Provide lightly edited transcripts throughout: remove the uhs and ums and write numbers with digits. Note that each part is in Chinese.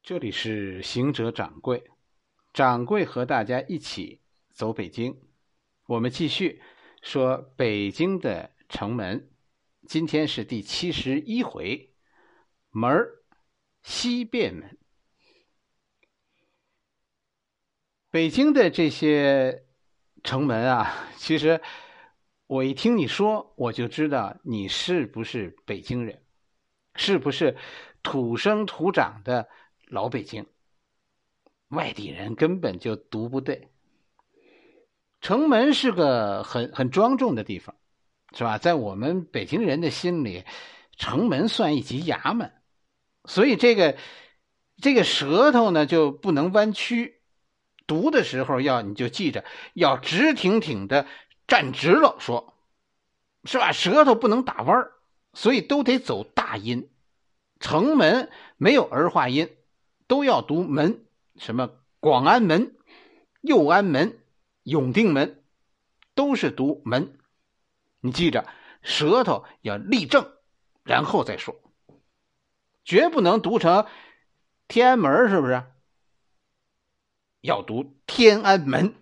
这里是行者掌柜，掌柜和大家一起走北京。我们继续说北京的城门，今天是第71回，门西便门。北京的这些城门啊，其实我一听你说，我就知道你是不是北京人，是不是土生土长的老北京。外地人根本就读不对。城门是个很庄重的地方，是吧？在我们北京人的心里，城门算一级衙门，所以这个舌头呢就不能弯曲，读的时候你就记着要直挺挺的站直了说，是吧？舌头不能打弯，所以都得走大音。城门没有儿化音，都要读门，什么广安门、右安门、永定门，都是读门。你记着，舌头要立正，然后再说，绝不能读成天安门，是不是？要读天安门。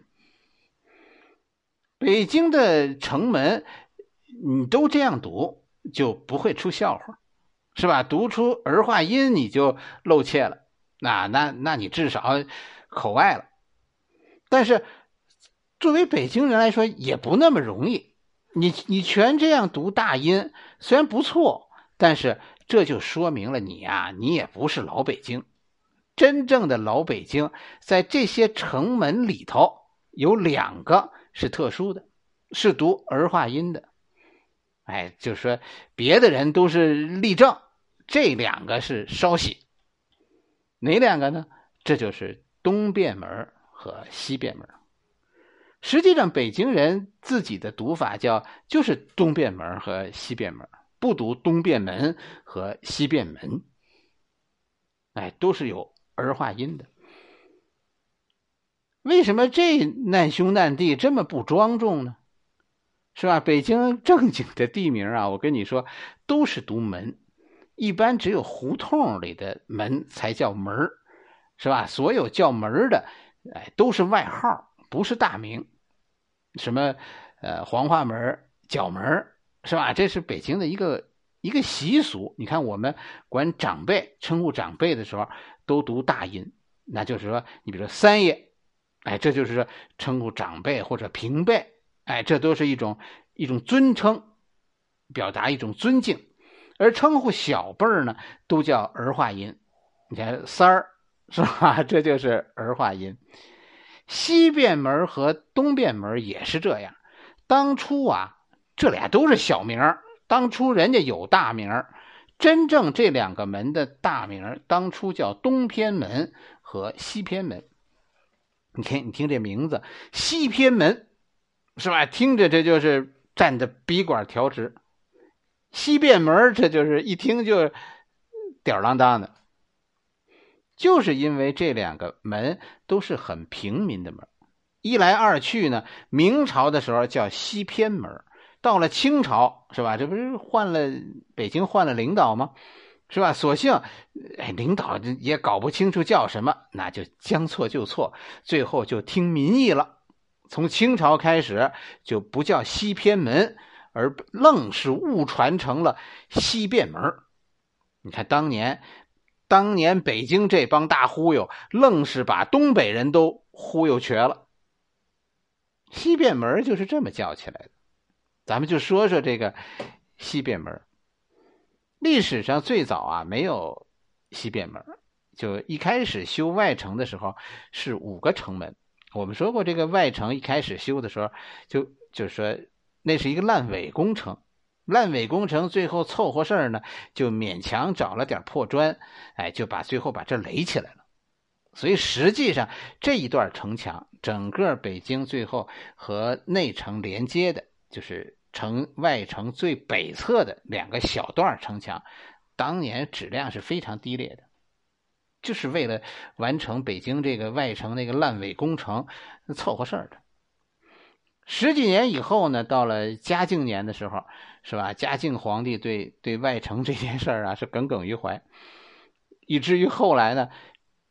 北京的城门你都这样读，就不会出笑话，是吧？读出儿化音你就露怯了，那你至少口外了。但是作为北京人来说也不那么容易，你全这样读大音，虽然不错，但是这就说明了你也不是老北京。真正的老北京在这些城门里头有2个是特殊的，是读儿化音的。就是说别的人都是立正，这2个是稍息。哪2个呢？这就是东便门和西便门。实际上北京人自己的读法就是东便门和西便门，不读东便门和西便门。都是有儿化音的。为什么这难兄难弟这么不庄重呢？是吧？北京正经的地名我跟你说都是读门，一般只有胡同里的门才叫门，是吧？所有叫门的都是外号，不是大名。什么黄花门、角门，是吧？这是北京的一个习俗。你看我们管长辈称呼长辈的时候都读大音，那就是说你比如说三爷，这就是说称呼长辈或者平辈，这都是一种尊称，表达一种尊敬。而称呼小辈呢都叫儿化音，你看三儿，是吧？这就是儿化音。西便门和东便门也是这样。当初这俩都是小名，当初人家有大名。真正这2个门的大名当初叫东偏门和西偏门。你听这名字，西偏门，是吧？听着这就是站着鼻管调直。西便门这就是一听就吊儿郎当的。就是因为这2个门都是很平民的门，一来二去呢，明朝的时候叫西偏门，到了清朝，是吧？这不是北京换了领导吗？是吧？索性领导也搞不清楚叫什么，那就将错就错，最后就听民意了。从清朝开始就不叫西偏门，而愣是误传成了西便门。你看当年北京这帮大忽悠，愣是把东北人都忽悠瘸了。西便门就是这么叫起来的。咱们就说说这个西便门。历史上最早没有西便门，就一开始修外城的时候是5个城门。我们说过这个外城一开始修的时候就是说那是一个烂尾工程，最后凑合事呢，就勉强找了点破砖，就最后把这垒起来了。所以实际上这一段城墙，整个北京最后和内城连接的，就是外城最北侧的2个小段城墙，当年质量是非常低劣的，就是为了完成北京这个外城那个烂尾工程凑合事的。10几年以后呢，到了嘉靖年的时候，是吧？嘉靖皇帝对外城这件事是耿耿于怀，以至于后来呢，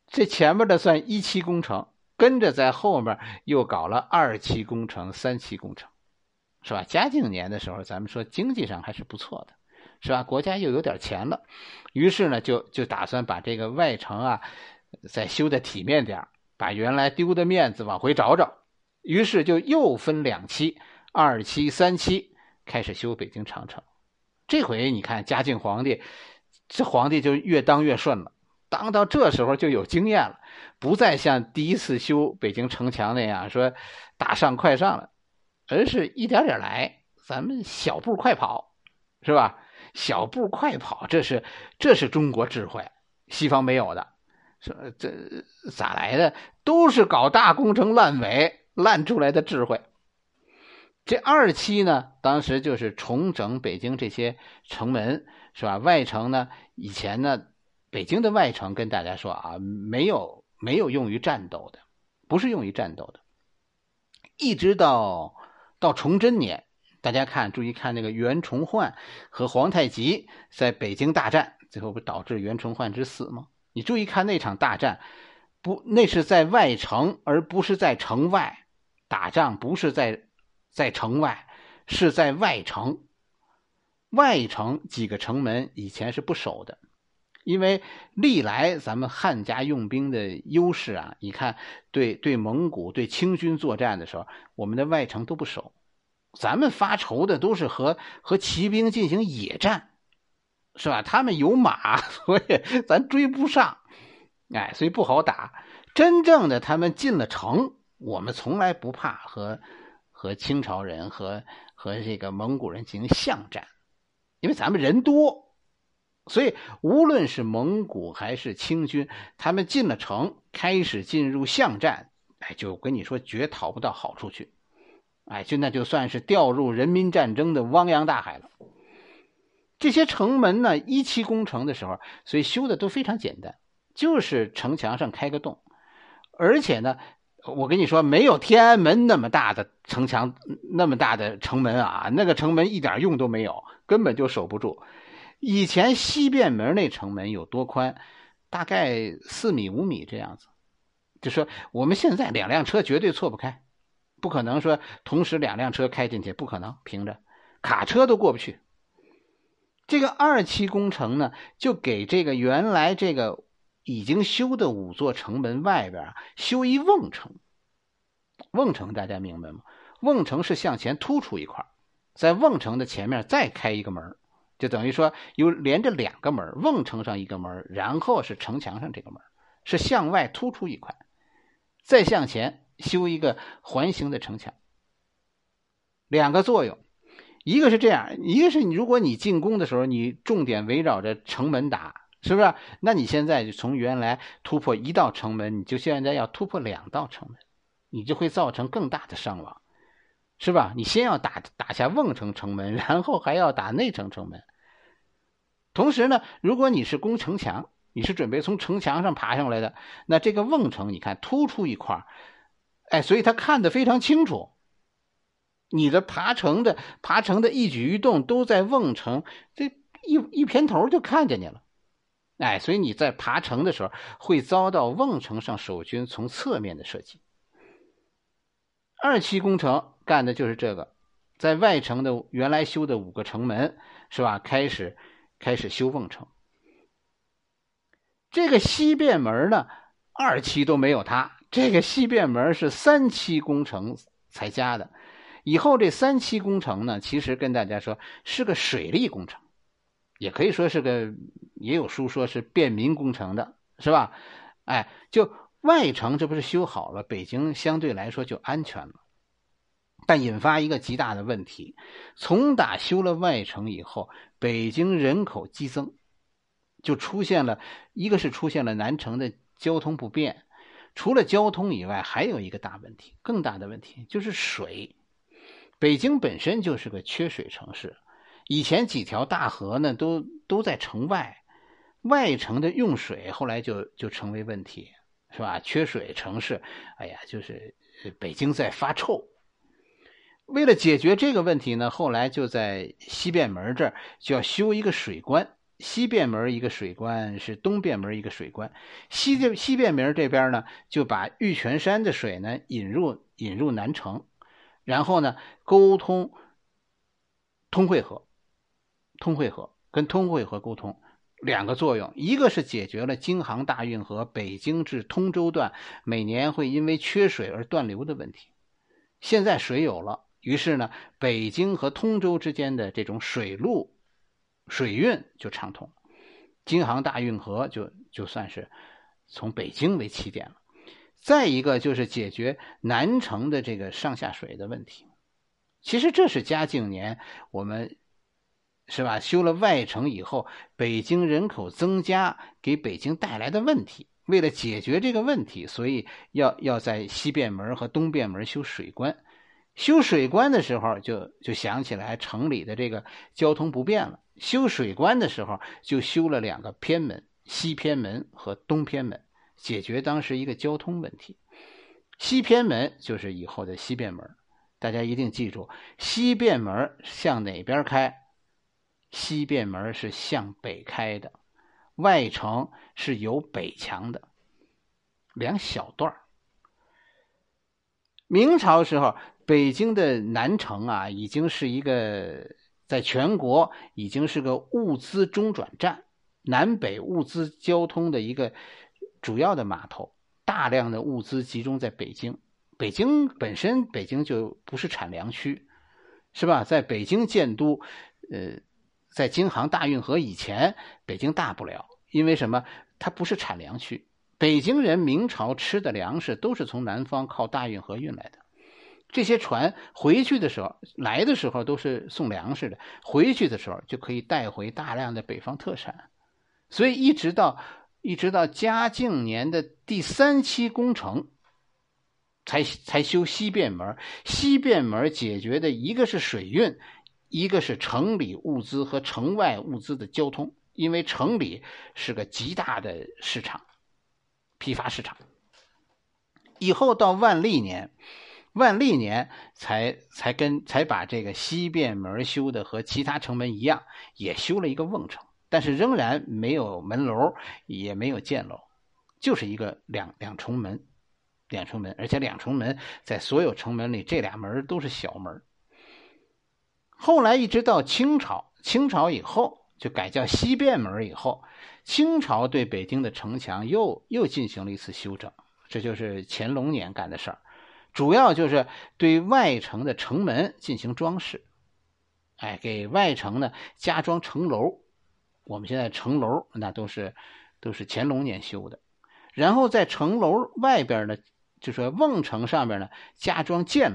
这前面的算一期工程，跟着在后面又搞了二期工程、三期工程，是吧？嘉靖年的时候，咱们说经济上还是不错的，是吧？国家又有点钱了，于是呢，就打算把这个外城啊，再修的体面点，把原来丢的面子往回找找。于是就又分2期，2期、3期开始修北京长城。这回你看嘉靖皇帝，这皇帝就越当越顺了，当到这时候就有经验了，不再像第一次修北京城墙那样说大上快上了，而是一点点来，咱们小步快跑，是吧？小步快跑，这是中国智慧，西方没有的。说这咋来的？都是搞大工程烂尾烂出来的智慧。这2期呢，当时就是重整北京这些城门，是吧？外城呢，以前呢，北京的外城跟大家说啊，没有用于战斗的，不是用于战斗的。一直到崇祯年，大家注意看那个袁崇焕和皇太极在北京大战，最后不导致袁崇焕之死吗？你注意看那场大战，那是在外城，而不是在城外打仗，不是在城外，是在外城。外城几个城门以前是不守的，因为历来咱们汉家用兵的优势啊，你看对蒙古、对清军作战的时候，我们的外城都不守，咱们发愁的都是和骑兵进行野战，是吧？他们有马，所以咱追不上，所以不好打。真正的他们进了城，我们从来不怕和清朝人和这个蒙古人进行巷战，因为咱们人多，所以无论是蒙古还是清军，他们进了城，开始进入巷战，就跟你说绝讨不到好处去，那就算是掉入人民战争的汪洋大海了。这些城门呢，1期工程的时候，所以修的都非常简单，就是城墙上开个洞，而且呢，我跟你说，没有天安门那么大的城墙，那么大的城门啊，那个城门一点用都没有，根本就守不住。以前西便门那城门有多宽？大概4米5米这样子。就说我们现在2辆车绝对错不开，不可能说同时2辆车开进去，不可能，平着，卡车都过不去。这个2期工程呢，就给这个原来这个已经修的5座城门外边修一瓮城。瓮城大家明白吗？瓮城是向前突出一块，在瓮城的前面再开一个门，就等于说有连着2个门，瓮城上一个门，然后是城墙上这个门，是向外突出一块，再向前修一个环形的城墙。2个作用，一个是这样，一个是如果你进攻的时候，你重点围绕着城门打，是不是？那你现在就从原来突破1道城门，你就现在要突破2道城门，你就会造成更大的伤亡，是吧？你先要打下瓮城城门，然后还要打内城城门。同时呢，如果你是攻城墙，你是准备从城墙上爬上来的，那这个瓮城你看突出一块，所以他看得非常清楚，你的爬城的一举一动都在瓮城，这一偏头就看见你了。所以你在爬城的时候会遭到瓮城上守军从侧面的射击。2期工程干的就是这个，在外城的原来修的5个城门，是吧？开始修瓮城。这个西便门呢，2期都没有它，这个西便门是3期工程才加的。以后这3期工程呢，其实跟大家说是个水利工程，也可以说是个，也有书说是便民工程的，是吧？就外城这不是修好了，北京相对来说就安全了。但引发一个极大的问题，从打修了外城以后，北京人口激增，就出现了南城的交通不便。除了交通以外，还有一个大问题，更大的问题就是水。北京本身就是个缺水城市，以前几条大河呢都在城外，外城的用水后来就成为问题，是吧？缺水城市，就是北京在发臭。为了解决这个问题呢，后来就在西便门这儿就要修一个水关， 西便门一个水关，是东便门一个水关。西便门这边呢，就把玉泉山的水呢引入南城，然后呢沟通通惠河跟通惠河沟通两个作用，一个是解决了京杭大运河北京至通州段每年会因为缺水而断流的问题。现在水有了，于是呢，北京和通州之间的这种水运就畅通，京杭大运河就算是从北京为起点了。再一个就是解决南城的这个上下水的问题。其实这是嘉靖年我们是吧修了外城以后，北京人口增加给北京带来的问题。为了解决这个问题，所以要在西便门和东便门修水关。修水关的时候就想起来城里的这个交通不便了，修水关的时候就修了两个偏门，西偏门和东偏门，解决当时一个交通问题。西偏门就是以后的西便门，大家一定记住，西便门向哪边开？西便门是向北开的，外城是有北墙的，两小段。明朝时候，北京的南城啊，已经是一个在全国已经是个物资中转站，南北物资交通的一个主要的码头，大量的物资集中在北京。北京本身，北京就不是产粮区，是吧？在北京建都，在京杭大运河以前，北京大不了，因为什么？它不是产粮区。北京人明朝吃的粮食都是从南方靠大运河运来的，这些船回去的时候，来的时候都是送粮食的，回去的时候就可以带回大量的北方特产。所以一直到嘉靖年的第3期工程才修西便门。西便门解决的一个是水运，一个是城里物资和城外物资的交通，因为城里是个极大的市场，批发市场。以后到万历年才把这个西便门修的和其他城门一样，也修了一个瓮城，但是仍然没有门楼，也没有箭楼，就是一个两重门，而且两重门在所有城门里，这俩门都是小门。后来一直到清朝以后就改叫西便门以后，清朝对北京的城墙又进行了一次修整，这就是乾隆年干的事儿，主要就是对外城的城门进行装饰，给外城呢加装城楼。我们现在城楼那都是乾隆年修的，然后在城楼外边呢，就是瓮城上面呢加装箭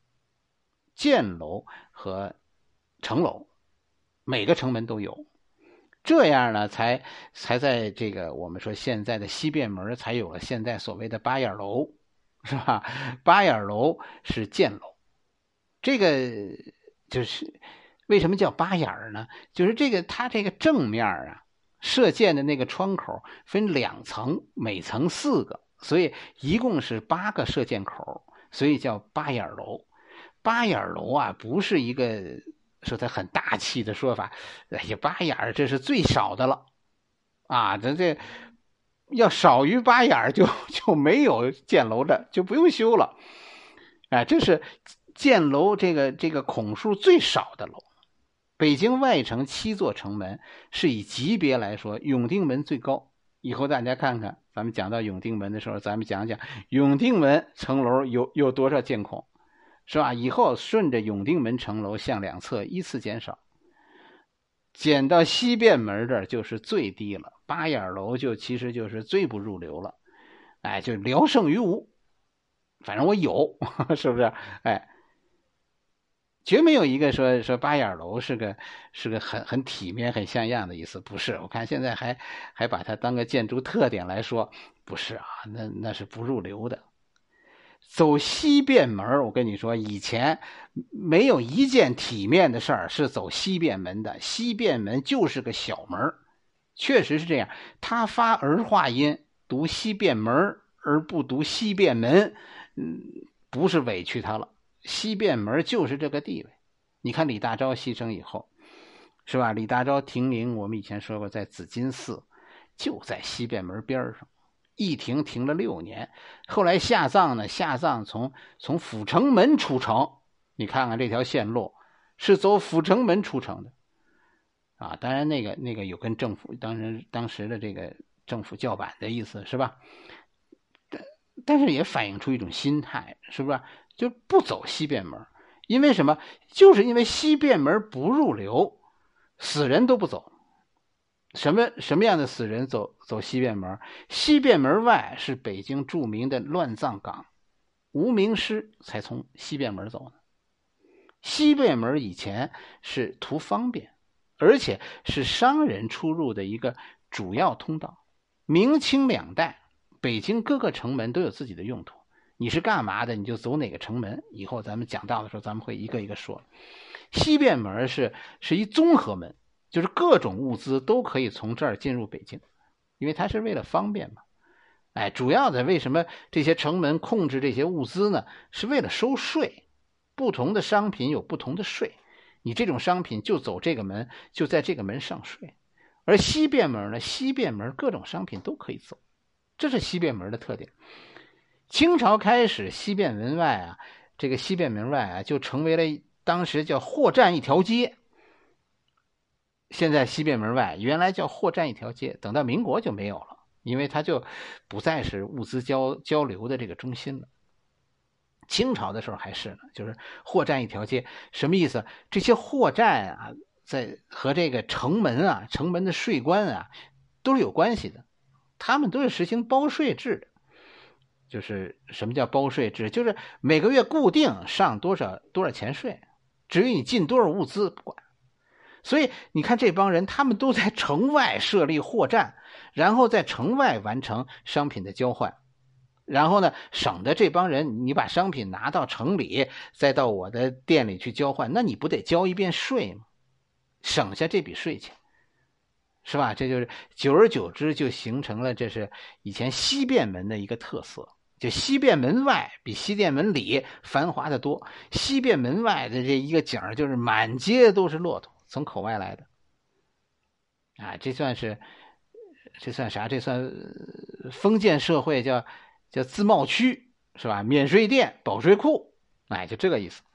楼和城楼，每个城门都有。这样呢才在这个我们说现在的西便门才有了现在所谓的八眼楼，是吧？八眼楼是箭楼，这个就是为什么叫八眼呢？就是它这个正面啊，射箭的那个窗口分2层，每层4个，所以一共是8个射箭口，所以叫八眼楼。八眼楼啊，不是一个说它很大气的说法，哎呀，8眼这是最少的了啊！这要少于8眼就没有箭楼的，就不用修了。这是箭楼这个孔数最少的楼。北京外城7座城门是以级别来说，永定门最高。以后大家看看，咱们讲到永定门的时候，咱们讲讲永定门城楼有多少箭孔，是吧？以后顺着永定门城楼向两侧依次减少，减到西便门这儿就是最低了。八眼楼其实就是最不入流了，就聊胜于无。反正我有，是不是？绝没有一个说八眼楼是个很体面很像样的意思，不是。我看现在还把它当个建筑特点来说，不是啊，那是不入流的。走西便门，我跟你说，以前没有一件体面的事儿是走西便门的，西便门就是个小门，确实是这样。他发儿化音读西便门而不读西便门，不是委屈他了，西便门就是这个地位。你看李大钊牺牲以后， 是吧？李大钊停灵，我们以前说过，在紫金寺，就在西便门边上，一停了6年。后来下葬呢，下葬从阜成门出城，你看看这条线路是走阜成门出城的啊。当然那个有跟政府当时的这个政府叫板的意思，是吧？但是也反映出一种心态，是不是？就不走西便门，因为什么？就是因为西便门不入流，死人都不走。什么样的死人走西便门？西便门外是北京著名的乱葬岗，无名尸才从西便门走的。西便门以前是图方便，而且是商人出入的一个主要通道。明清2代，北京各个城门都有自己的用途，你是干嘛的，你就走哪个城门。以后咱们讲到的时候，咱们会一个一个说。西便门是一综合门，就是各种物资都可以从这儿进入北京，因为它是为了方便嘛。主要的为什么这些城门控制这些物资呢？是为了收税，不同的商品有不同的税，你这种商品就走这个门，就在这个门上税。而西便门呢，西便门各种商品都可以走，这是西便门的特点。清朝开始，西便门外啊，这个西便门外啊，就成为了当时叫货站一条街。现在西便门外原来叫货站一条街，等到民国就没有了，因为它就不再是物资交流的这个中心了。清朝的时候还是呢，就是货站一条街，什么意思？这些货站啊，在和这个城门啊，城门的税关啊，都是有关系的，他们都是实行包税制的。就是什么叫包税制？就是每个月固定上多少钱税，至于你进多少物资不管。所以你看这帮人，他们都在城外设立货站，然后在城外完成商品的交换，然后呢，省得这帮人你把商品拿到城里，再到我的店里去交换，那你不得交一遍税吗？省下这笔税钱，是吧？这就是久而久之就形成了，这是以前西便门的一个特色。就西便门外比西便门里繁华的多，西便门外的这一个景就是满街都是骆驼，从口外来的啊。这算啥？这算封建社会叫自贸区，是吧？免税店、保税库，就这个意思。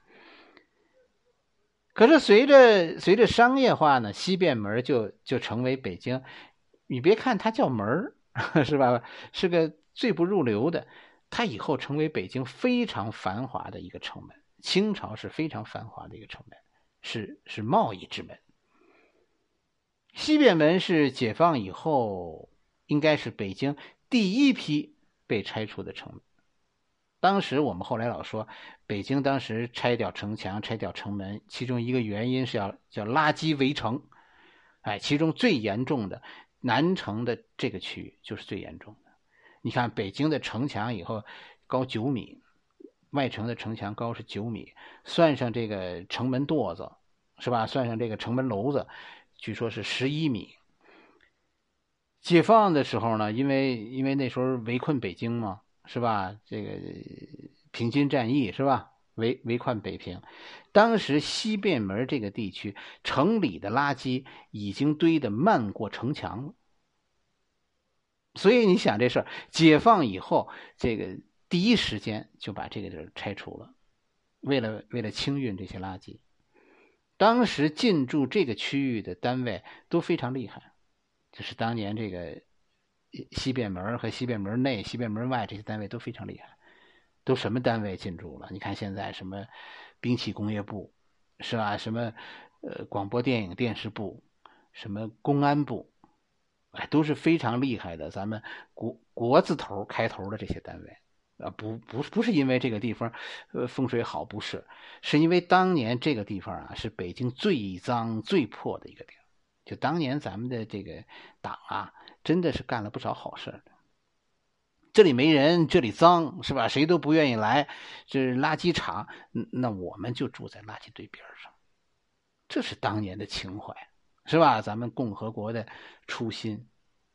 可是随着商业化呢，西便门就成为北京，你别看它叫门是吧？是个最不入流的，它以后成为北京非常繁华的一个城门。清朝是非常繁华的一个城门，是贸易之门。西便门是解放以后应该是北京第一批被拆除的城门。当时我们后来老说北京当时拆掉城墙、拆掉城门，其中一个原因是叫垃圾围城。其中最严重的南城的这个区域就是最严重的。你看北京的城墙以后高9米，外城的城墙高是9米，算上这个城门垛子，是吧？算上这个城门楼子，据说是11米。解放的时候呢，因为那时候围困北京嘛，是吧？这个平津战役，是吧？围困北平，当时西便门这个地区城里的垃圾已经堆得漫过城墙了。所以你想这事儿，解放以后，这个第一时间就把这个地儿拆除了，为了清运这些垃圾。当时进驻这个区域的单位都非常厉害，就是当年这个西便门和西便门内、西便门外这些单位都非常厉害。都什么单位进驻了？你看现在什么兵器工业部，是吧？什么广播电影电视部，什么公安部，都是非常厉害的。咱们国字头开头的这些单位不是因为这个地方风水好，不是，是因为当年这个地方啊是北京最脏最破的一个地儿。就当年咱们的这个党啊，真的是干了不少好事的。这里没人，这里脏，是吧？谁都不愿意来，这是垃圾场，那我们就住在垃圾堆边上，这是当年的情怀，是吧？咱们共和国的初心。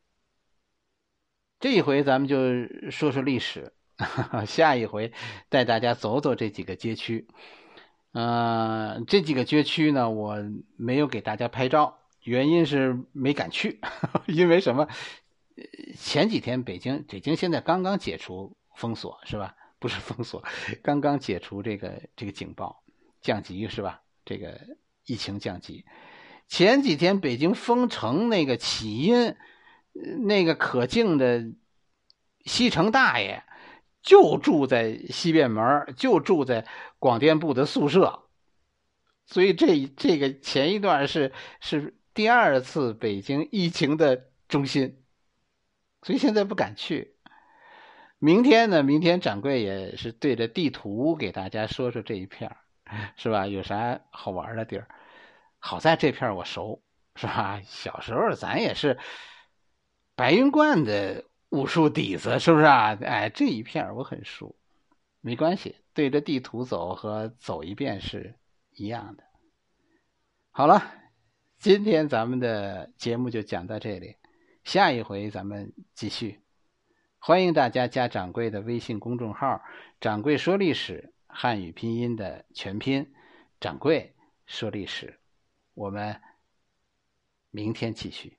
这一回咱们就说说历史，下一回带大家走走这几个街区。 这几个街区呢，我没有给大家拍照，原因是没敢去，因为什么？前几天北京现在刚刚解除封锁是吧？不是封锁，刚刚解除这个警报降级是吧？这个疫情降级。前几天北京封城那个起因，那个可敬的西城大爷就住在西便门，就住在广电部的宿舍，所以这个前一段是第二次北京疫情的中心，所以现在不敢去。明天呢？明天掌柜也是对着地图给大家说说这一片是吧？有啥好玩的地儿？好在这片我熟，是吧？小时候咱也是白云观的武术底子，是不是啊？哎，这一片我很熟，没关系，对着地图走和走一遍是一样的。好了，今天咱们的节目就讲到这里，下一回咱们继续。欢迎大家加掌柜的微信公众号“掌柜说历史”，汉语拼音的全拼“掌柜说历史”。我们明天继续。